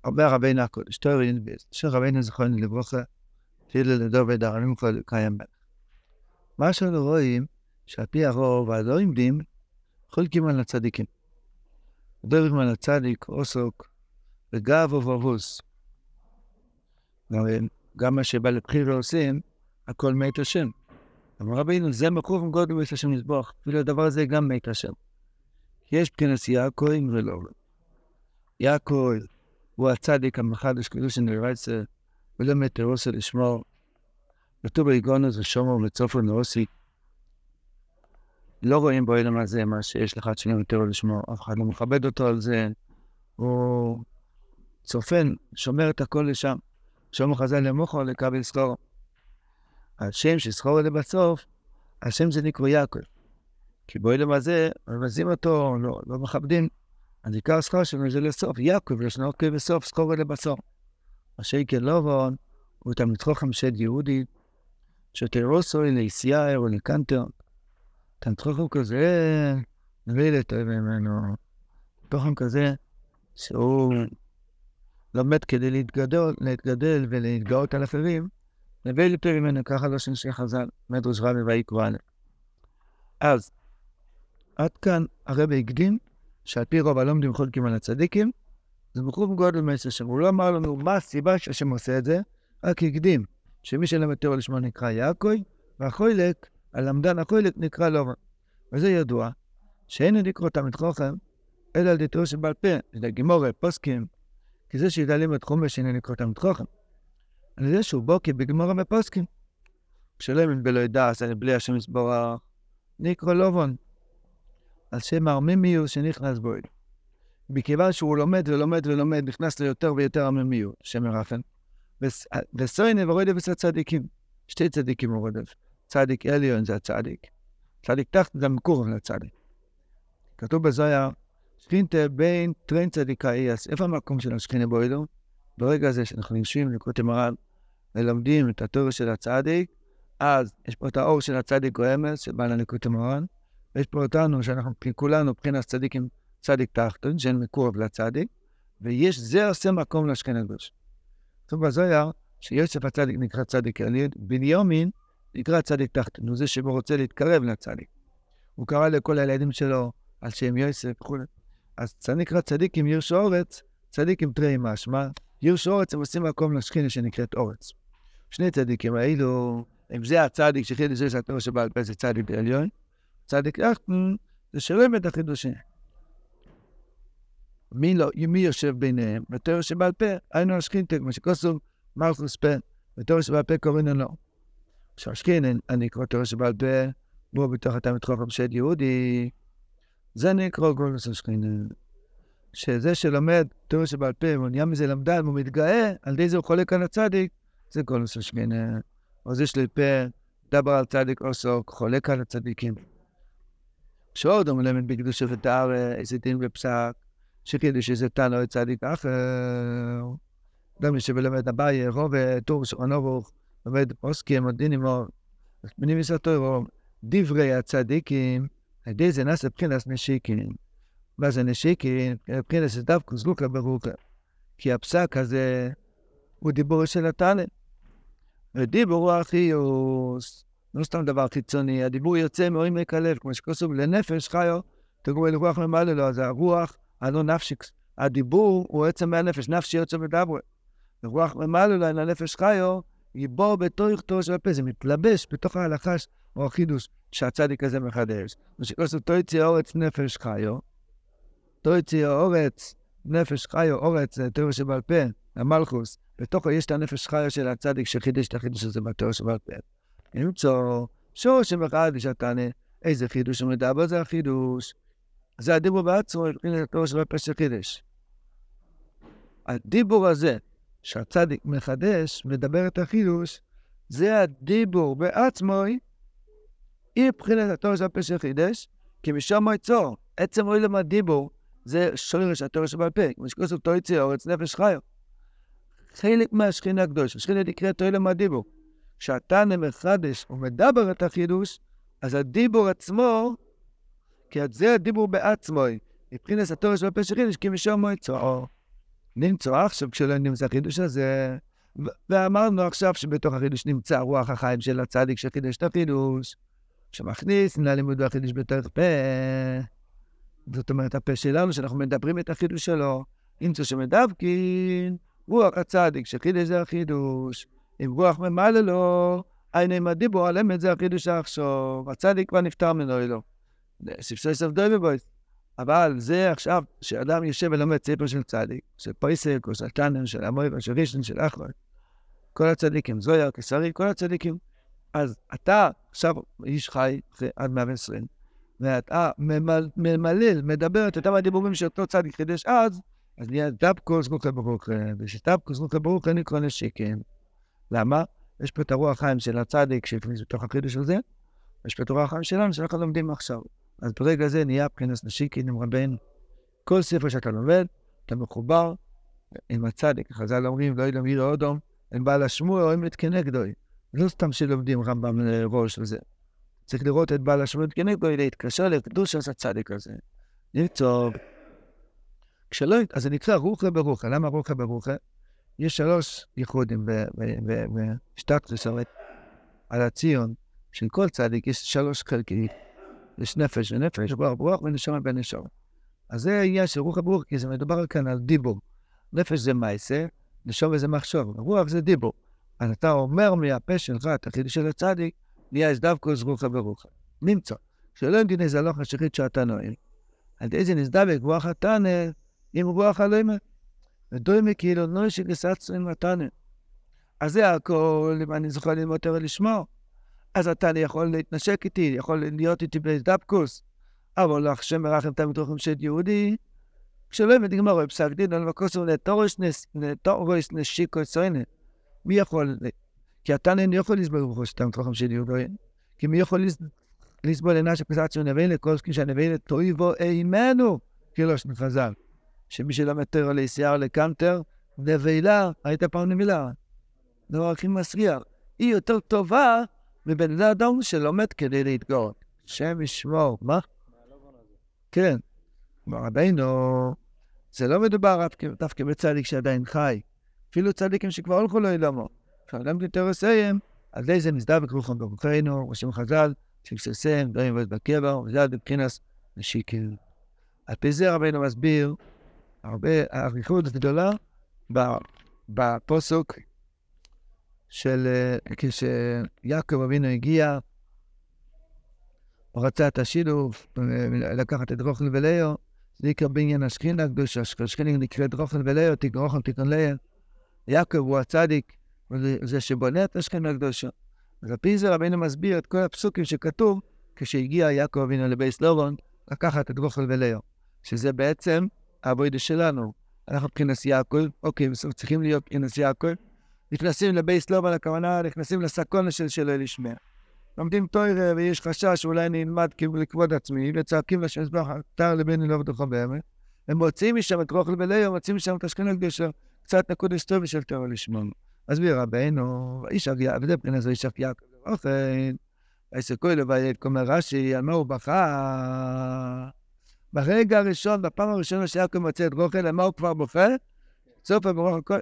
אומר רבינו הקודש, תורין ביס, שרבינו זכרנו לברכה, תהילה לדור ודרנים כל קיים מלך. מה שאנו רואים, שעל פי הרוב, הלא עומדים, חולקים על הצדיקים. מדברים על הצדיק, עוסוק, וגב ובבוס. גם מה שבא לבחיר עושים, הכל מת השם. אמר רבינו, זה מקום גודל בית השם לסבוח, אפילו הדבר הזה גם מת השם. יש בחינת יעקב ולא. יעקב הוא הצדיק המחדש קדוש נרצה, ולא מתרוסה לשמור. כתוב ביגונוס ושומר וצופר נרוסי. לא רואים בעולם הזה מה שיש לך שלם יותר לשמור, אף אחד לא מכבד אותו על זה. הוא צופן, שומר את הכל לשם. שומר חזל למוחו לקבל סחור. השם שסחור אלה בסוף, השם זה נקרא יעקב. כי בעולם הזה, מבזים אותו, לא מכבדים. אז עיקר סחור שלנו זה לסוף. יעקב לשנות כבסוף, סחור אלה בסוף. השקל לא בון, הוא את המתחוכם של יהודי, שתרוסו ליסייר או לקנטר. את המתחוכם כזה, נביא לטוב ממנו. מתחוכם כזה, שהוא לומד כדי להתגדל ולהתגאות על אחרים, נביא לטוב ממנו, ככה לא שנשי חז"ל, מדרש רבי ויקרא. אז, עד כאן הרבי הקדים, שעל פי רוב הלומדים חולקים על הצדיקים, זה מקום גודל מעשה השם. הוא לא אמר לנו מה הסיבה שהשם עושה את זה, רק הקדים שמי שלמד תורה לשמו נקרא יעקב, והחולק, הלמדן החולק נקרא לובה. וזה ידוע, שאין לקרוא את המתחוכם, אלא על ידי תורה שבעל פה, זה גימורי, פוסקים, כי זה שידע לימוד חומש שאין לקרוא את המתחוכם. על זה שהוא בוקי בגמורה ופוסקים. כשלא ימין בלא ידע, אז אני בלי השם יסבורך, נקרא לובון. על שם הרמימיוס שנכנס בו. מכיוון שהוא לומד ולומד ולומד, נכנס ליותר ויותר הרמימיות, שם מרפן. וסוינה ורודף את הצדיקים. שתי צדיקים ורודף. צדיק עליון זה הצדיק. צדיק תחת זה מקורב לצדיק. כתוב בזוהר, שכינתה בין טרין צדיקאי, אז איפה המקום של השכינה בוידו? ברגע הזה שאנחנו נמשים לקרותי מרן, ולומדים את התורה של הצדיק, אז יש פה את האור של הצדיק או אמס, שבא לנקרותי מרן, ויש פה אותנו שאנחנו כולנו מבחינת צדיקים, צדיק תחתון, שאין מקורב לצדיק, ויש זה עושה מקום לשכינה הקדוש. כתוב בזוהר, שיוסף הצדיק נקרא צדיק עליון, בנימין נקרא צדיק תחתון, הוא זה שבו רוצה להתקרב לצדיק. הוא קרא לכל הילדים שלו על שם יוסף וכו'. אז נקרא צדיק עם ירש אורץ, צדיק עם תרי משמע. ירש אורץ הם עושים מקום לשכינה שנקראת אורץ. שני צדיקים האלו, אם זה הצדיק שחידש יש התורה שבעל פה זה צדיק עליון, צדיק תחתון זה שלם את החידושים. מי יושב ביניהם? בתורה שבעל פה, היינו השכינתה, כמו שכוסו מלכוס פה, בתורה שבעל פה קוראים לו. כשהשכינה, אני אקרא תורה שבעל פה, בואו בתוך התמתחוכם של יהודי, זה נקרא גולוס השכינה. שזה שלומד תורה שבעל פה, הוא נהיה מזה למדן, הוא מתגאה, על די זה הוא חולק על הצדיק, זה גולוס השכינה. או זה שלי פה, דבר על צדיק עוסוק, חולק על הצדיקים. שעוד הוא מלמד בקדושה ותאר, איזה דין ופסק, שחידוש איזה תנו את צדיק אחר. גם מי שבלמד אביי, רובה, טור, שרנובוך, לומד פוסקים, עוד דינים, מנים מסתור, דברי הצדיקים, הידי זה נעשה בחינס נשיקים. מה זה נשיקים? בחינס זה דווקא זלוקה ברוקה. כי הפסק הזה הוא דיבור של התנא. ודיבור הוא החיוס. לא סתם דבר חיצוני, הדיבור יוצא מעומק הלב, כמו שכתוב לנפש חיו, תגובה לרוח ממלא לו, אז הרוח, הלא נפשיקס. הדיבור הוא עצם מהנפש, נפשי יוצא מדבר. ורוח ממלא לו, אין הנפש חיו, יבור בתוך תורה של הפה, זה מתלבש בתוך ההלכה או החידוש שהצדיק הזה מחדש. ושכתוב תויצי אורץ נפש חיו, תויצי אורץ נפש חיו, אורץ זה תורה שבעל פה, המלכוס, בתוכו יש את הנפש חיו של הצדיק שחידש את החידוש הזה בתורה שבעל פה. נמצא שורש שמחדש התנא, איזה חידוש שמדבר זה החידוש, זה הדיבור בעצמו, מבחינת התורה שבעל פה של חידש. הדיבור הזה שהצדיק מחדש, מדבר את החידוש, זה הדיבור בעצמו, היא מבחינת התורה שבעל פה של חידש, כי משם יצור, עצם אוי למה דיבור, זה שורש התורה שבעל פה, כמו שכתוב תויצי אורץ נפש חיו. חלק מהשכינה הקדוש, השכינה נקראת אוי למה דיבור. כשהתנא מחדש ומדבר את החידוש, אז הדיבור עצמו, כי זה הדיבור בעצמו, מבחינת התורה שבעל פה של חידש, כי משם יצור. נמצא עכשיו כשלא נמצא החידוש הזה, ואמרנו עכשיו שבתוך החידוש נמצא רוח החיים של הצדיק שחידש את החידוש, שמכניס ללימוד החידוש בתוך פה. זאת אומרת, הפה שלנו, שאנחנו מדברים את החידוש שלו, נמצא שמדבקין, רוח הצדיק שחידש זה החידוש, אם רוח ממלא לו, היינו עם הדיבור על אמת זה החידוש עכשיו, הצדיק כבר נפטר ממנו אלו. ספסי ספדוי בבויס. אבל זה עכשיו, שאדם יושב ולומד ספר של צדיק, של פויסק, או של טנר, של אמויר, של רישן, של אחלה, כל הצדיקים, זויה, קיסרי, כל הצדיקים. אז אתה עכשיו איש חי עד 120, ואתה ממלל, מדבר את אותם הדיבורים שאותו צדיק חידש אז נהיה דבקו זרוקה ברוכה, ושדבקו זרוקה ברוכה נקרא נשיקן. למה? יש פה את הרוח החיים של הצדיק שהכניס בתוך החידוש הזה, יש פה את הרוח החיים שלנו שאנחנו לומדים עכשיו. אז ברגע הזה נהיה בחינת נשיקין עם רבנו. כל ספר שאתה לומד, אתה מחובר עם הצדיק. חז"ל אומרים, לא ילם עיר אודום, אין בעל השמוע או אמת כנגדוי. לא סתם שלומדים רמב"ם ראש וזה. צריך לראות את בעל השמוע כנגדוי, להתקשר לקדוש של הצדיק הזה. נרצוב. אז זה נקרא רוחה ברוחה. למה רוחה ברוחה? יש 3 ייחודים בשטק לסרט על הציון של כל צדיק, יש 3 חלקים. יש נפש ונפש, רוח ונשמה בנשמה. אז זה העניין של רוחה ברוחה, כי זה מדובר כאן על דיבור. נפש זה מעשה, נשמה זה מחשוב, רוח זה דיבור. אז אתה אומר מהפה שלך, את החידוש של הצדיק, נהיה דווקא רוחה ברוחה. נמצא. שלא ימדין איזה הלוך השחית שאתה נועל. על איזה נסדבק רוח התנא עם רוח הלוימה. ודוימה כאילו נוי שגסצו עם התנא. אז זה הכל, אם אני זוכר ללמוד יותר לשמור. אז התנא יכול להתנשק איתי, יכול להיות איתי בדבקוס. אבל לא השם מרחם תמיד רוחם של יהודי. כשלא ימד גמר בפסק דין, על מקוסו נטורוס נשיקו צוינה. מי יכול? כי התנא אינו יכול לסבול רוחו של תמיד רוחם של יהודי. כי מי יכול לסבול לנשק פסצו נבילה, כל סכין שהנבילה תויבו אימנו. כאילו שנפזל. שמי שלא מתאר ליסייר לקנטר, נבילה, היית פעם נבילה. דבר הכי מסריח. היא יותר טובה מבן אדם שלומד כדי להתגאות. שם ישמור, מה? כן. רבינו, זה לא מדובר דווקא בצדיק שעדיין חי. אפילו צדיקים שכבר הולכו לו אילמו. כשאדם יותר עושים, על די זה נסדבק רוחם ברוחנו, ראשים חז"ל, שבססם, דברים ועוד בקבר, וזה עד בבחינס נשיקין. על פי זה רבינו מסביר הרבה אריכות גדולה בפוסוק של כשיעקב אבינו הגיע, הוא רצה את השילוב, לקחת את רוחל ולאו, זה יקר בעניין השכינה הקדושה, השכינה נקראת רוחל ולאו, רוחל תיקון לאו. יעקב הוא הצדיק, זה שבונה את השכינה הקדושה. אז על פי זה רבינו מסביר את כל הפסוקים שכתוב, כשהגיע יעקב אבינו לבייס לובן, לקחת את רוחל ולאו, שזה בעצם העבודה שלנו. אנחנו מבחינת יעקב, אוקיי, צריכים להיות מבחינת יעקב, נכנסים לבייס לובן, הכוונה, נכנסים לסקונה שלא לשמע. לומדים תורה ויש חשש שאולי נלמד לכבוד עצמי, וצעקים לשם יזבח, תר לבני לא בטוחו באמת. הם מוצאים משם את רוחל ולאו, מוצאים משם את השכינה הקדושה, קצת נקודש טוב של תורה לשמוע. אז בי רבנו, איש אביה, וזה מבחינת זה איש יעקב. אוקיי, ויסקוי לו וילד, כמו רש"י, על מה הוא בכה? ברגע הראשון, בפעם הראשונה שיעקב מוצא את רוחל, על מה הוא כבר בוכה? צופה ברוח הכל,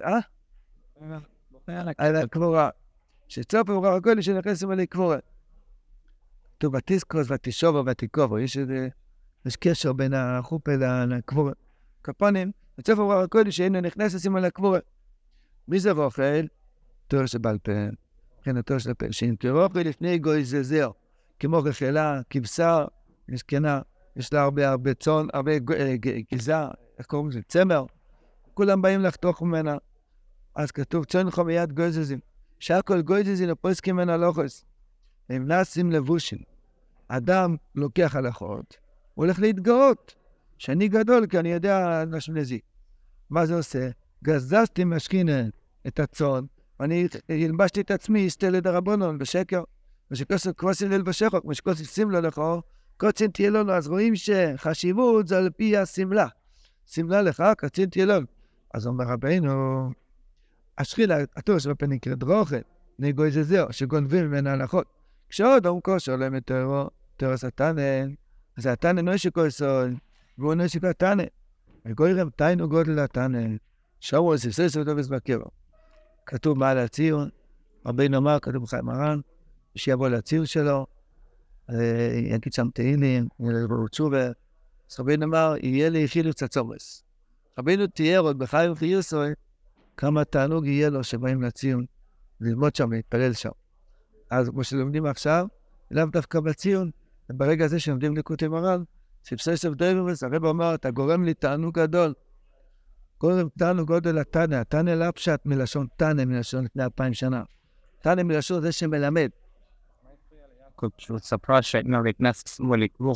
על הקבורה. שצופה ברוח הכל, שנכנסים עלי קבורה. טוב, ותזכוס ותשובו ותיקובו, יש קשר בין החופה לקבורה. כפונים, וצופה ברוח הכל, שהנה נכנסים על הקבורה. מי זה רוחל? תור שבעל פה. כן, התור של הפה. שנתרוחל לפני גוי זזר, כמו רחלה, כבשה, מסכנה. יש לה הרבה צאן, הרבה גזע, איך קוראים לזה? צמר. כולם באים לחתוך ממנה. אז כתוב, צאן לך מיד גויזזים. שהכל גויזזים הפוסקים ממנה לוחס. הם נעשים לבושים. אדם לוקח הלכות, הוא הולך להתגאות. שאני גדול, כי אני יודע משהו נזיק. מה זה עושה? גזזתי משכינה את הצאן, ואני ילבשתי את עצמי, הסתל את הרבונון בשקר. ושכוסו כבוסים ליל בשחוק, ושכוסו סימלו לכו, קוצין תהיה לנו, אז רואים שחשיבות זה על פי הסמלה. סמלה לך, קוצין תהיה לנו. אז אומר רבינו, השחילה, התור שבפה נקראת רוחל, נגוי זה זהו, שגונבים ממנה הלכות. כשעוד הוא כושר להם את תורס התנן, אז התנן נוי שכוסון, והוא נוי שכוסון. וגוירם תיינו גודל התנן, שאמרו על ספסל סבדובס בקבע. כתוב מעל הציון, רבינו אמר, כתוב בחיים מרן, שיבוא לציון שלו, יגיד שם תהילים, יבואו תשובה. אז רבינו אמר, יהיה לי חילוץ הצומס. רבינו תיאר עוד בחיים חיוסוי, כמה תענוג יהיה לו שבאים לציון, ללמוד שם, להתפלל שם. אז כמו שלומדים עכשיו, לאו דווקא בציון, וברגע הזה שלומדים ליקוטי מרן, ספסל סבדובס, הרב אומר, אתה גורם לי תענוג גדול. גורם תענוג גודל התנא, התנא לא פשט מלשון תנא, מלשון לפני 2000 שנה. תנא מלשון זה שמלמד. שהוא ספרה שאינו להתנס ולקבור.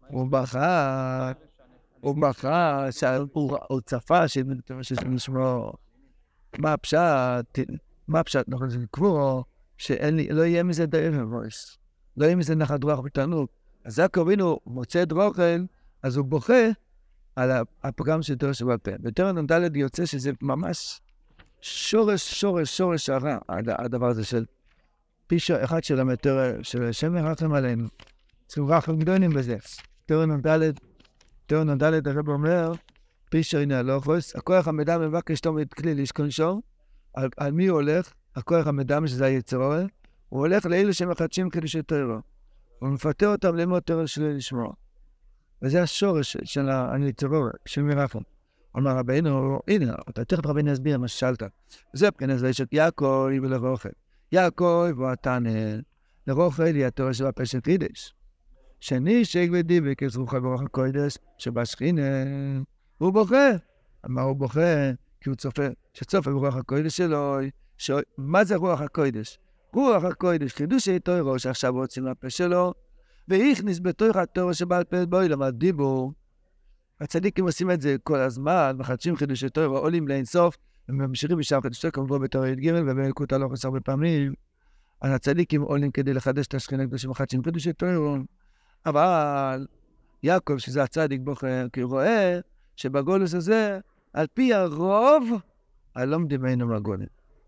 הוא בכה, הוא צפה שנשמע מה פשט, נכון, זה לקבור, שלא יהיה מזה דרך וויס, לא יהיה מזה נחת רוח ותענוג. אז זה קוראים, מוצא את רוכל, אז הוא בוכה על הפגם של תורה שבעל פה. בתורה נ"ד יוצא שזה ממש שורש הרע, הדבר הזה של פישה אחד של המטרה, של השם ירחם עלינו. צריכים רחם גדולים בזה. תורה נ"ד הרב אומר, פישה הנה הלוכוס, הכוח המדם מבקש תומד כלי לשכון שור, על מי הוא הולך? הכוח המדם שזה היצרור, הוא הולך לאלו שמחדשים קדושי תורה. הוא מפתה אותם ללמוד תורה שלו לשמוע. וזה השורש של היצרור, של מרחם. אמר רבינו, הנה, אתה תכף רבינו יסביר מה ששאלת. זה מבחינת זה של יעקב ולרוכל. יעקב הוא התנא, לרוכל היא התורה של הפה של קידש. שני שייק ודיבק את רוחה ברוח הקודש שבשכינה, הוא בוכה. אמר הוא בוכה, כי הוא צופה ברוח הקודש שלו. מה זה רוח הקודש? רוח הקודש, חידושי תורה שעכשיו רוצים לפה שלו, והכניס בתוך התורה שבעל פה בוי למד דיבור. הצדיקים עושים את זה כל הזמן, מחדשים חידושי תורה, עולים לאינסוף, וממשיכים משם חידושי כמובן בתורה י"ג, ובילקוט הלוכס הרבה פעמים. אז הצדיקים עולים כדי לחדש את השכינה הקדושים, מחדשים חידושי תורה. אבל יעקב, שזה הצדיק בוחר, כי הוא רואה שבגולוס הזה, על פי הרוב, הלומדים אינם לגולים.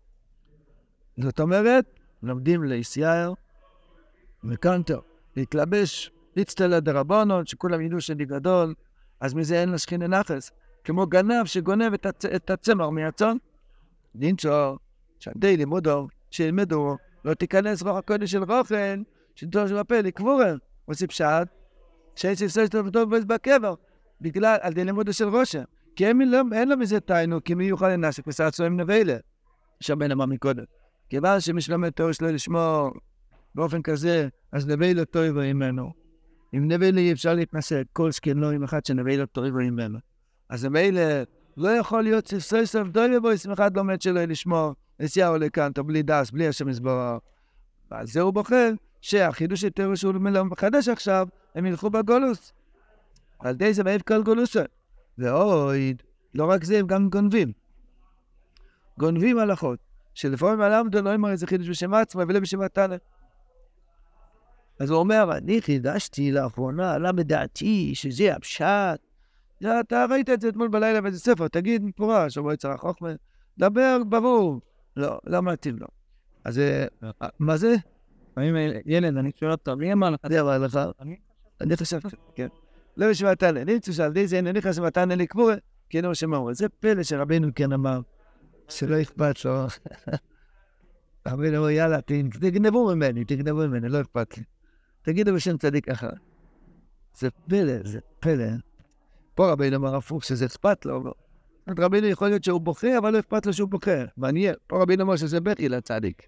זאת אומרת, לומדים ליסייר, מקנטר, להתלבש, להצטלה דרבונות, שכולם ידעו שאני גדול, אז מזה אין לשכינה נחס. כמו גנב שגונב את הצמר מהצאן. דינצ'ו, שעדי לימודו, שילמדו, לא תיכנס רוח הקודש של רוכל, שתור של הפה, לקבורר. עושה פשט, שאין ספסל טוב בקבר, בגלל, על די לימודו של ראשה. כי אין לו מזה תיינו, כי מי יוכל לנסק וסעת סוים נבלה. שבין אמר מקודם. כיוון שמי שלומד תורה שלו לשמור באופן כזה, אז נבלה טוב ממנו. אם נבלה אי אפשר להתנסק, כל שכן לא עם אחד שנבלה טוב ממנו. אז נבלה לא יכול להיות ספסל סוף דוי ובו, אחד לומד שלו לשמור, נסיעה עולה כאן, בלי דס, בלי השם יסבור. ועל זה הוא בוחר, שהחידוש יותר שהוא מחדש עכשיו, הם ילכו בגולוס. על די זה מעיף כל גולוסה. ואויד, לא רק זה, הם גם גונבים. גונבים הלכות. שלפעמים הלמדו לא אמר איזה חידוש בשם עצמו, ולא בשם התנא. אז הוא אומר, אני חידשתי לאחרונה, עלה בדעתי שזה הפשט. אתה ראית את זה אתמול בלילה באיזה ספר, תגיד מפורש, או יצר החוכמה, דבר ברור. לא מתאים לו. אז מה זה? ילד, אני שואל אותו, מי אמר לך? אני אמר לך, אני חשבתי, כן. לא בשם התנא, אני חושב, די זה אני נכנס מתנא לקבור, כי אין לו שם אמרו. זה פלא שרבינו כן אמר, שלא אכפת לו. רבינו אמר, יאללה, תגנבו ממני, לא אכפת לי. תגידו בשם צדיק אחר. זה פלא. פה רבינו אמר הפוך, שזה אכפת לו. רבינו יכול להיות שהוא בוכה, אבל לא אכפת לו שהוא בוכה. מעניין. פה רבינו אמר שזה בכי לצדיק.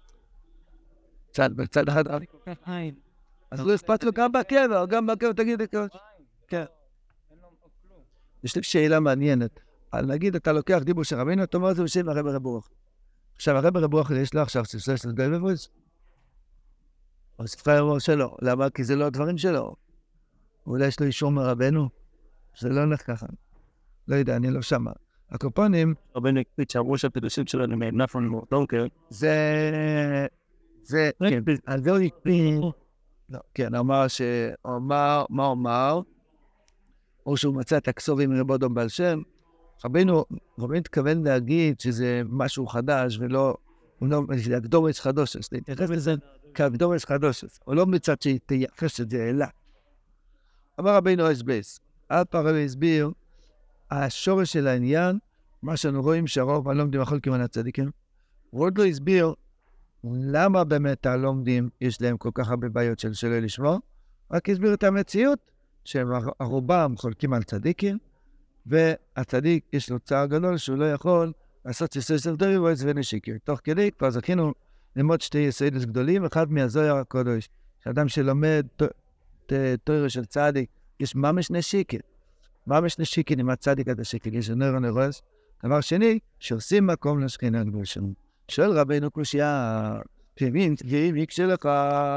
בצד אחד רבי. אז לא אכפת לו גם בקבר, תגיד את זה. כן. יש לי שאלה מעניינת. נגיד, אתה לוקח דיבור של רבינו, אתה אומר את זה בשם הרב רבוח. עכשיו, הרב רבוח יש לו עכשיו ספסל של גיא ובויז. או ספרי הרבוח שלו. למה? כי זה לא הדברים שלו. אולי יש לו אישור מרבנו. זה לא הולך ככה. לא יודע, אני לא שמה. הקופונים... רבינו הקפיד שאמרו שהפידושים שלנו נפון מורדונקר. זה... כן, על זה הוא הקפיד... לא, כן, אמר מה אומר? או שהוא מצא את הכסובים מרבודו בעל שם. רבינו התכוון להגיד שזה משהו חדש, ולא... זה הקדומץ חדושס, להתייחס לזה כהקדומץ חדושס. הוא לא מצד שתייחס את זה אלא. אמר רבינו אסבס, על פעם רבי הסביר, השורש של העניין מה שאנו רואים שהרוב הלומדים החולקים על הצדיקים, הוא עוד לא הסביר למה באמת הלומדים יש להם כל כך הרבה בעיות של שלא לשמור, רק הסביר את המציאות שהרובם חולקים על צדיקים, והצדיק יש לו צער גדול שהוא לא יכול לעשות יסוד דריבויס ונשיקר. תוך כדי כבר זכינו ללמוד שתי יסודות גדולים, אחד מהזוהר הקודש, שאדם שלומד תורה של צדיק, יש ממש נשיקר. ממש נשיקר עם הצדיק עד השיקר, יש נר נרוס. דבר שני, שעושים מקום לשכינה הקדושה. שואל רבינו קושיה, פנימין יקשה לך,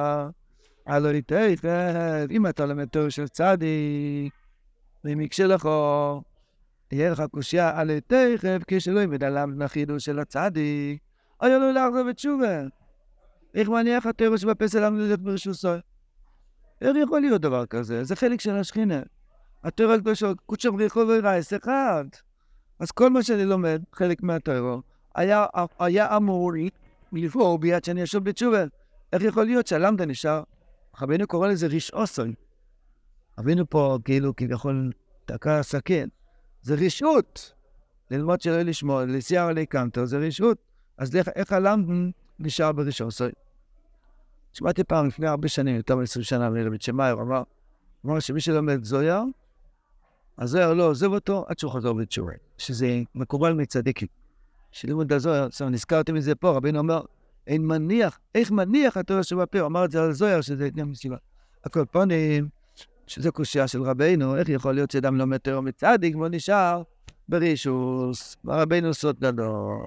הלא יתעף, אם אתה לומד תורה של צדיק, ואם יקשה לך, יהיה לך קושיה על תכף, כשלא ימד עליו נחידו של הצדיק, היה לו לחזור בתשובה. איך מניח התורה שבפסל המלדת ברשוסו? איך יכול להיות דבר כזה? זה חלק של השכינה. התורה הקדושה, קודשם ריחו ורייס אחד. אז כל מה שאני לומד, חלק מהתורה, היה אמור לבוא ביד שאני אשוב בתשובה. איך יכול להיות שהלמדה נשאר? רבינו קורא לזה רשעוסוי. רבינו פה כאילו כביכול תקע סכין. זה רשעות. ללמוד שלא לשמוע, לסייר עלי קנטו, זה רשעות. אז איך הלמדה נשאר ברשעוסוי? שמעתי פעם לפני הרבה שנים, יותר מ-20 שנה, מרבית שמאיר, אמר שמי שלומד זוהר, אז זוהר לא עוזב אותו עד שהוא חזור בתשובה. שזה מקובל מצדיקים. שלימוד הזוהר, נזכרתי מזה פה, רבינו אומר, איך מניח התורה שבפה, הוא אמר את זה על זוהר, שזה עניין מסיבה. הכל פונים, שזה קושיה של רבינו, איך יכול להיות שאדם לומד תורה מצדיק, והוא נשאר ברישוס, רבינו סוד גדול.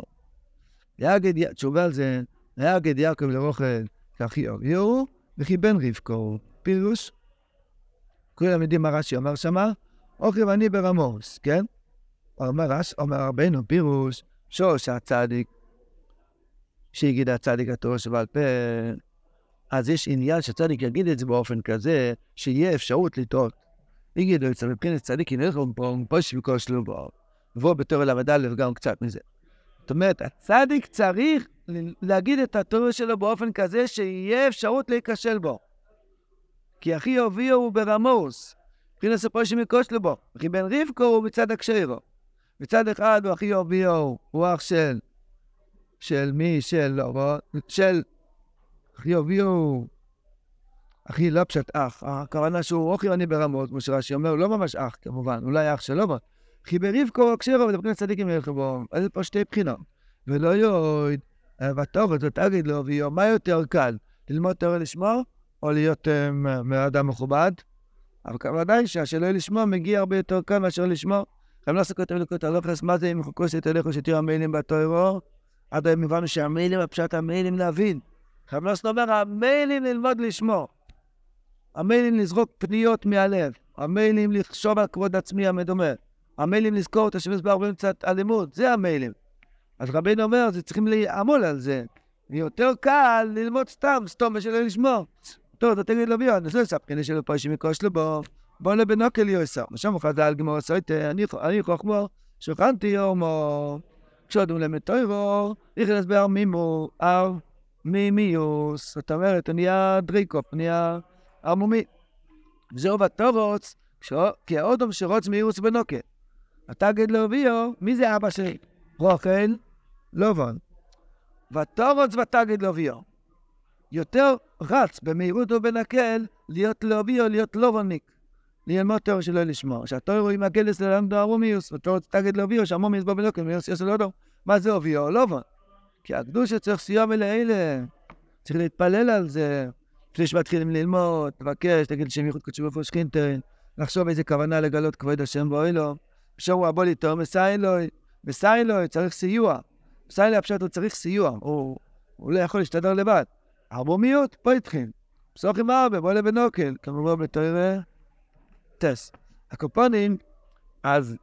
תשובה על זה, יגד יעקב לרוכל, ככי אביהו, וכי בן רבקו, פירוש. כולם יודעים מה רש"י אומר שמה, אוכל ואני ברמוס, כן? אומר רבינו פירוש, שהצדיק, שיגיד הצדיק התורה שבעל פה, אז יש עניין שהצדיק יגיד את זה באופן כזה, שיהיה אפשרות לטעות. יגידו את זה, מבחינת צדיק ינלך פה שביקו שלו בו, ובוא בתור למדע גם קצת מזה. זאת אומרת, הצדיק צריך להגיד את התורה שלו באופן כזה, שיהיה אפשרות להיכשל בו. כי אחי אביהו הוא ברמוס, מבחינת ספרו שמיקו שלו בו, וכי בן רבקו הוא מצד הקשירו. מצד אחד הוא אחי אביהו, הוא אח של מי? של אחי אביהו, אחי לא פשט אח, הכוונה שהוא אוכי אני ברמות, כמו שרש"י אומר, הוא לא ממש אח כמובן, אולי אח שלו, אחי ברבקו הקשירו, ולבחינת צדיקים ילכו בו, אז זה פה שתי בחינות, ולא יויד, ותורת ותגיד לו אביהו, מה יותר קל, ללמוד תורה לשמור, או להיות מאדם מכובד? אבל ודאי שהשאלה לשמור מגיע הרבה יותר קל מאשר לשמור. הם לא סוכות ולקות הלוחס, מה זה אם חוקוסת הלכו שתהיו המיילים בתוירו? עד היום הבנו שהמיילים, הפשט המיילים להבין. הם לא אומר, המיילים ללמוד לשמור. המיילים לזרוק פניות מהלב. המיילים לחשוב על כבוד עצמי המדומה. המיילים לזכור את השמש בהרבה קצת אלימות. זה המיילים. אז רבינו אומר, זה צריכים לעמול על זה. יותר קל ללמוד סתם ושלא לשמור. טוב, אתה תגיד לו ביו, אני לא אספר, כדי שלא פרשים מקוש לו בוא לבנוקל יוסר. משם הוא חזל גמור הסויטה, אני חוכמו, שוכנתי יומו, כשעודו למטוירו, יכנס בהרמימו, מימיוס, זאת אומרת, הוא נהיה דריקופ, נהיה ערמומי. וזהו בתורוץ, כי האודום שרוץ מיוס בנוקל. אתה תגיד לו ביו, מי זה אבא שלי? רוכל, לובן. ותורוץ ותגיד לו ביו. יותר רץ במהירות ובנקל להיות לאבי או להיות לובניק. ללמוד תורה שלא לשמור. שהתורה הוא עם הגלס ללמדו הרומיוס, ותורה תגיד לאבי או שהמומיוס בו בנוקל, מיוס יוסו לא דום. מה זה אבי או לובן? כי הקדושה צריך סיוע מלאלה. צריך להתפלל על זה. לפני שמתחילים ללמוד, תבקש, תגיד שם ייחוד קודשו בפוש חינטרין, לחשוב איזה כוונה לגלות כבוד השם בואי לו. שואו הבוא לי תור מסי לו, צריך סיוע. מסי לו הפשט הוא צריך סיוע. הוא לא יכול להשתדר לבד. הרבומיות, פה התחיל. פסוחים הרבה, בוא לבנוקל. כמובן בתוירה, טס. הקופונים, אז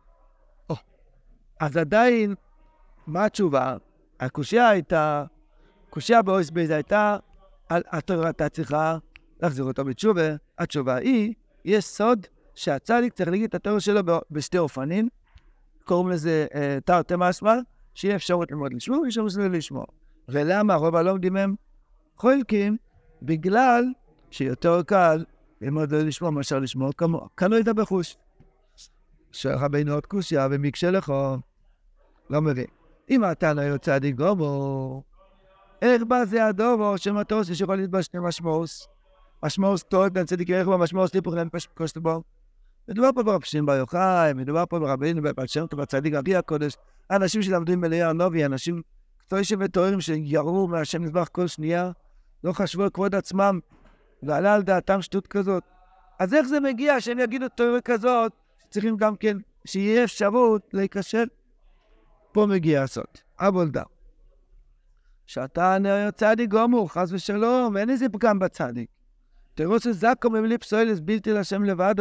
עדיין, מה התשובה? הקושיה הייתה, קושיה באויס בייזה הייתה, על התורה אתה צריכה להחזיר אותו בתשובה. התשובה היא, יש סוד שהצדיק צריך להגיד את התורה שלו בשתי אופנים. קוראים לזה תרתי משמע, שיהיה אפשרות ללמוד לשמור, יש אפשרות לשמור. ולמה? רוב הלומדים הם חולקים, בגלל שיותר קל ללמוד לא לשמור מאשר לשמור כנו איתה בחוש. שרבינו עוד קושיה ומקשה לך, לא מבין. אם אתה לא יוצא צדיק גמור, איך בא זה הדובו שמטוס שיכול להתבש משמעוס? משמעוס טוב, צדיק איך במשמעוס טיפוך להם פשט בו. מדובר פה ברב בר יוחאי, מדובר פה ברבינו, בעל שם טוב, בצדיק אבי הקודש, אנשים שלמדו עם אליהו הנביא, אנשים קדושים וטהורים שיראו מהשם מזבח כל שנייה, לא חשבו על כבוד עצמם, ועלה על דעתם שטות כזאת. אז איך זה מגיע שהם יגידו תיאוריה כזאת, שצריכים גם כן, שיהיה אפשרות להיקשר? פה מגיע הסוד, הבולדה. שאתה צדיק גמור, חס ושלום, אין איזה פגם בצדיק. תראו שזקו ממלי פסוילס בלתי לשם לבדו.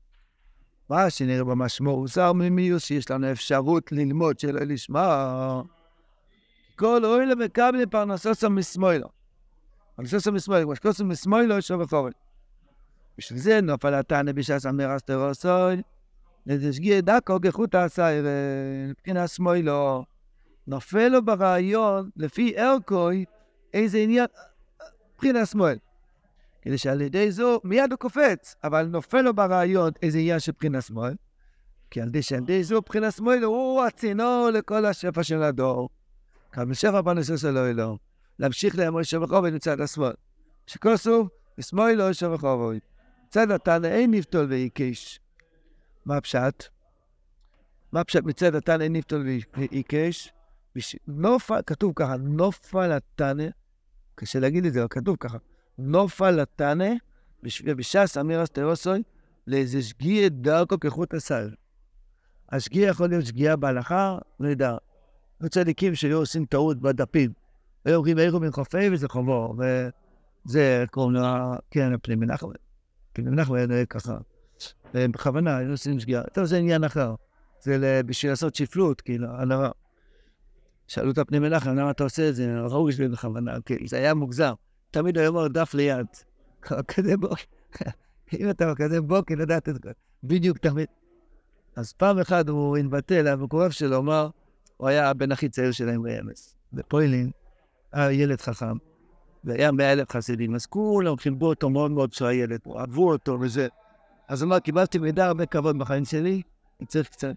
מה שנראה במשמעות, זר ממיוס שיש לנו אפשרות ללמוד שלא לשמוע. כל אוהלה מקבל פרנסוסו משמאלו. פרנסוסו משמאלו, כמו שכוסו משמאלו יש שוב וחורת. בשביל זה נופל התנא בשעס אמרס תרוסוי, לדשגיע דקו גחות העשייר, לבחינה שמאלו. נופל לו ברעיון, לפי ערכוי, איזה עניין, מבחינה שמאל. כדי שעל ידי זו, מיד הוא קופץ, אבל נופל לו ברעיון איזה עניין של מבחינה שמאל, כי על ידי זו, מבחינה שמאל, הוא הצינור לכל השפע של הדור. כאן בשפע בנושא שלו אלו, להמשיך לאמור שוב וחובת מצד השמאל. שכל סוף, בשמאל לא שוב וחובת. מצד התנא אין נפתול ויקש. מה הפשט? מה הפשט מצד התנא אין נפתול ויקש? כתוב ככה, נופל התנא, קשה להגיד את זה, אבל כתוב ככה, נופל התנא, בשעס אמירס תרוסוי, לאיזה שגיאה דרכו כחוט הסל. השגיאה יכול להיות שגיאה בהלכה, לא יודע, צדיקים שהיו עושים טעות בדפים, היו אומרים אירו מן חופי וזה חובו, וזה קוראים לה, כן, פנים מנחם, פנים מנחם היה נראה ככה, בכוונה, היו עושים שגיאה, טוב, זה עניין אחר, זה בשביל לעשות שפלות, כאילו, הנראה. שאלו את הפנים מנחם, למה אתה עושה את זה? ראו בשביל בכוונה, כי זה היה מוגזר. תמיד הוא אומר דף ליד. כזה בוק. אם אתה כזה בוק, לדעת את זה. בדיוק תמיד. אז פעם אחת הוא התבטא, המקורב שלו אמר, הוא היה הבן הכי צעיר שלהם רמז. בפוילין, היה ילד חכם, והיה 100,000 חסידים, אז כולם חיבו אותו מאוד מאוד שהוא הילד, אהבו אותו וזה. אז הוא אמר, קיבלתי מידע הרבה כבוד בחיים שלי, אני צריך קצת.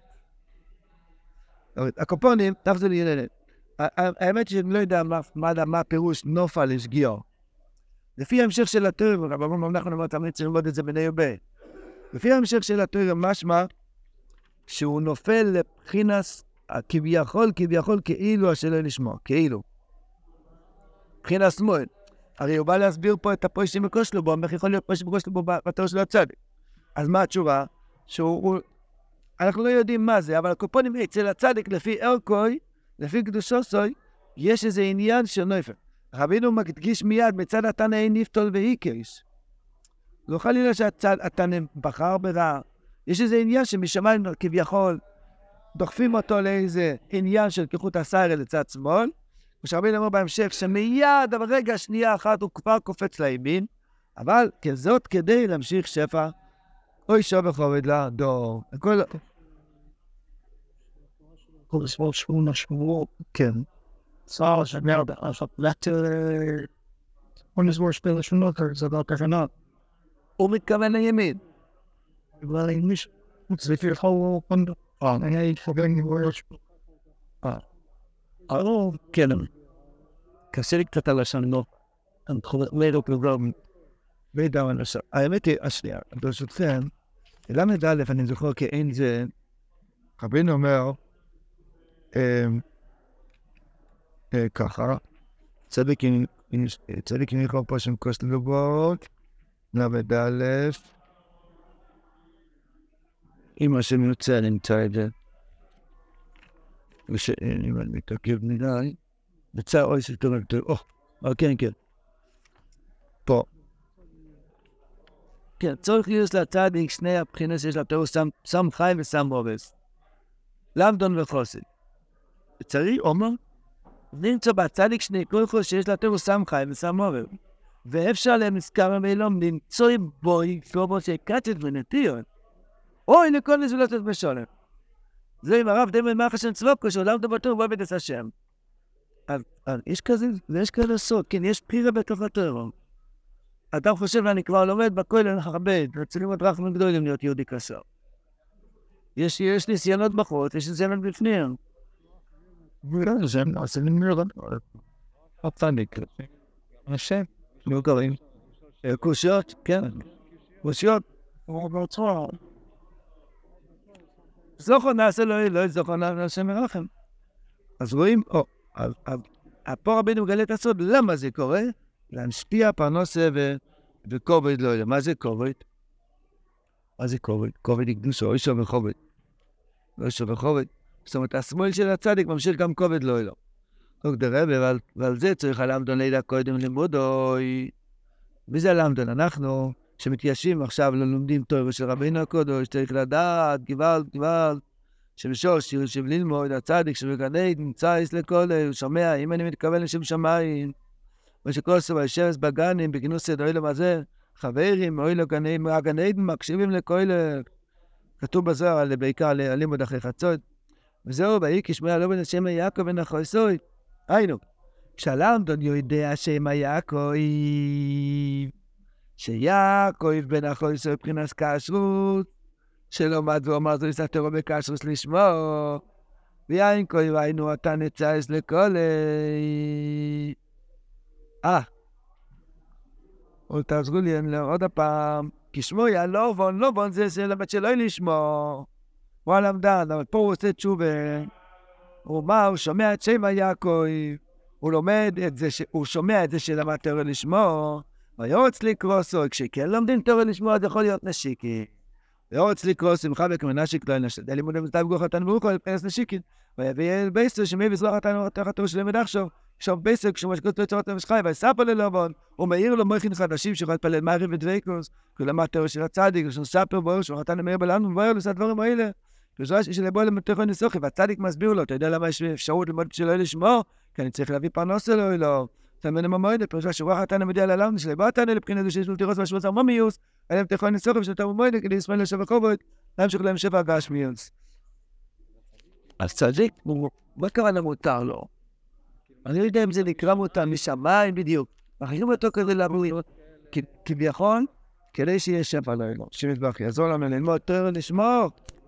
הקופונים, תחזור לי ילד. האמת שאני לא יודע מה הפירוש נופל לשגיאו. לפי ההמשך של התיאוריה, אבל אנחנו נאמר תמיד צריך ללמוד את זה בני ובי. לפי ההמשך של התיאוריה, משמע שהוא נופל לבחינס, כביכול כאילו השאלה לשמוע, כאילו. בחינס מועד. הרי הוא בא להסביר פה את הפרשים בקושלו בו, איך יכול להיות פרשים בקושלו בו בתיאוריה של הצדיק. אז מה התשובה? אנחנו לא יודעים מה זה, אבל הקופונים אצל הצדיק לפי ערכוי, לפי קדושוסוי, יש איזה עניין של נופל. רבינו מדגיש מיד מצד התנא אין נפתול ואיקש. לא חלילה שהתנא בחר ברע. יש איזה עניין שמשמיים כביכול דוחפים אותו לאיזה עניין של כיחות הסיירה לצד שמאל, ושרבינו אומר בהמשך שמיד ברגע שנייה אחת הוא כבר קופץ לימין, אבל כזאת כדי להמשיך שפע, אוי שוב חובד לדור. כל הסבור שהוא נשמור, כן. צער שמר באחת לתר, הוא נסבור שפילה שנותר, זה לא ככנה. הוא מתכוון לימין. אבל אין מיש, זה לפי חול פונדו. אני הייתי חוגג נבואש. כן. קשה לי קצת על השנו. אני חולק לגרום. בידע מנסה. האמת היא, השנייה, ברשותכם, למד א', אני זוכר כי אין זה, רבינו אומר, ככה, צדיקים יכולים פה שם כוס לבובות, למד א', אם השם יוצא, אני נמצא את זה, אם אני מתעכב מדי, בצע אוי שתורם, כן, פה. כן, צורך להיות לצדיק שני הבחינות שיש לתיאור שם חי ושם רובס. למדון וחוסד. צריך, אומר, נמצא בצדיק שני כוחו שיש לתיאור שם חי ושם רובס. ואפשר למזכר המילום למצוא בוי, כלומר שקצת ונטיות. אוי, לכל נזולת את בשולם. זה עם הרב דמן מחשן צבוקו, שעולם דבטור בו בדס השם. אז יש כזה סוד, כן, יש בחירה בתוך התיאור. אדם חושב, אני כבר לומד בכולל הרבה, רצינו עוד רחמים גדולים להיות יהודי כסר. יש ניסיונות בחוץ, יש ניסיונות בפנים. We're Zem, I said in Maryland. Authentic. I said, no going. קושיות, כן, קושיות. All about all. זוכר נעשה לא אלוהי, זוכר נעשה מרחם. אז רואים, פה רבינו מגלה את הסוד, למה זה קורה? להשפיע פרנסה וכובד לא אלוהי. מה זה כובד? מה זה כובד? כובד יקדושו, אוישו וכובד. אוישו וכובד. זאת אומרת, השמאל של הצדיק ממשיך גם כובד לא אלוהי. חוק דרבה, ועל זה צריך הלמדון לידע קודם לימודוי. מי זה הלמדון? אנחנו שמתיישבים עכשיו ללומדים תורה של רבינו הקודש, צריך לדעת, גוואלד, שמשורש יושב ללמוד, הצדיק שבגני נמצא לכל, הוא שומע, אם אני מתכוון לשם שמיים, ושכל סובה ישבס בגנים, בכינוס סדר אילם הזה, חברים, אוילו הגני מקשיבים לכל, כתוב בזוהר, בעיקר ללימוד אחרי חצות, וזהו, באי כשמוע לא בין השם יעקב ונחוי סוי, היינו, כשהלמדון יודע שם יעקב, שיעקב בן אחוי סוי מבחינת כשרות, שלומד ואומר זו יסתרו בקשרוס לשמו, ויין כוי והיינו אתה נצייס לכל. תעזרו לי עוד הפעם, כשמו יא לובון זה שלמד שלא לשמו, הוא הלמדן, אבל פה הוא עושה תשובה, הוא שומע את שם יעקב, הוא לומד את זה, הוא שומע את זה שלמד תורה לשמו, ויורץ לקרוא סוי, כשכן לומדים תורה לשמו, אז יכול להיות נשיקי. ויורץ לקרוא שמחה וכמנשיק לא נשתדל לימוד המזדב גוח התן ברוך הוא לפנס נשיקין ויביא אל בייסר שמי וזרוח התן תחת ראש שלם ודחשו שם בייסר כשמשקות תוצאות המשחי ויספר ללובון ומאיר לו מויכין חדשים שיכול להתפלל מעריב ודוויקוס כלומר תיאור של הצדיק ושם ספר בו שוחתן למאיר בלענו ומבואר לו עושה הדברים האלה וזרוע שלבוא למתכון נסוכי והצדיק מסביר לו אתה יודע למה יש אפשרות ללמוד שלא לשמו כי אני צריך להביא פרנס אלוהי לו תאמן עם המועד פרשה שרוח התן המדיע ללענו שלבוא התן לבחינת שיש לו תירוץ והשבוץ המומיוס אלם תכון נסוכי ושאתה במועד כדי לסמל לשבע חובות להמשיך להם שבע הגשמיוס. אז צדיק, מה קרה למותר לו? אני לא יודע אם זה נקרא מותר משמיים בדיוק. מכירים אותו כדי להביא, כביכול, כדי שיהיה שפע לאלו. שמתברך יעזור לנו ללמוד תורה לשמו.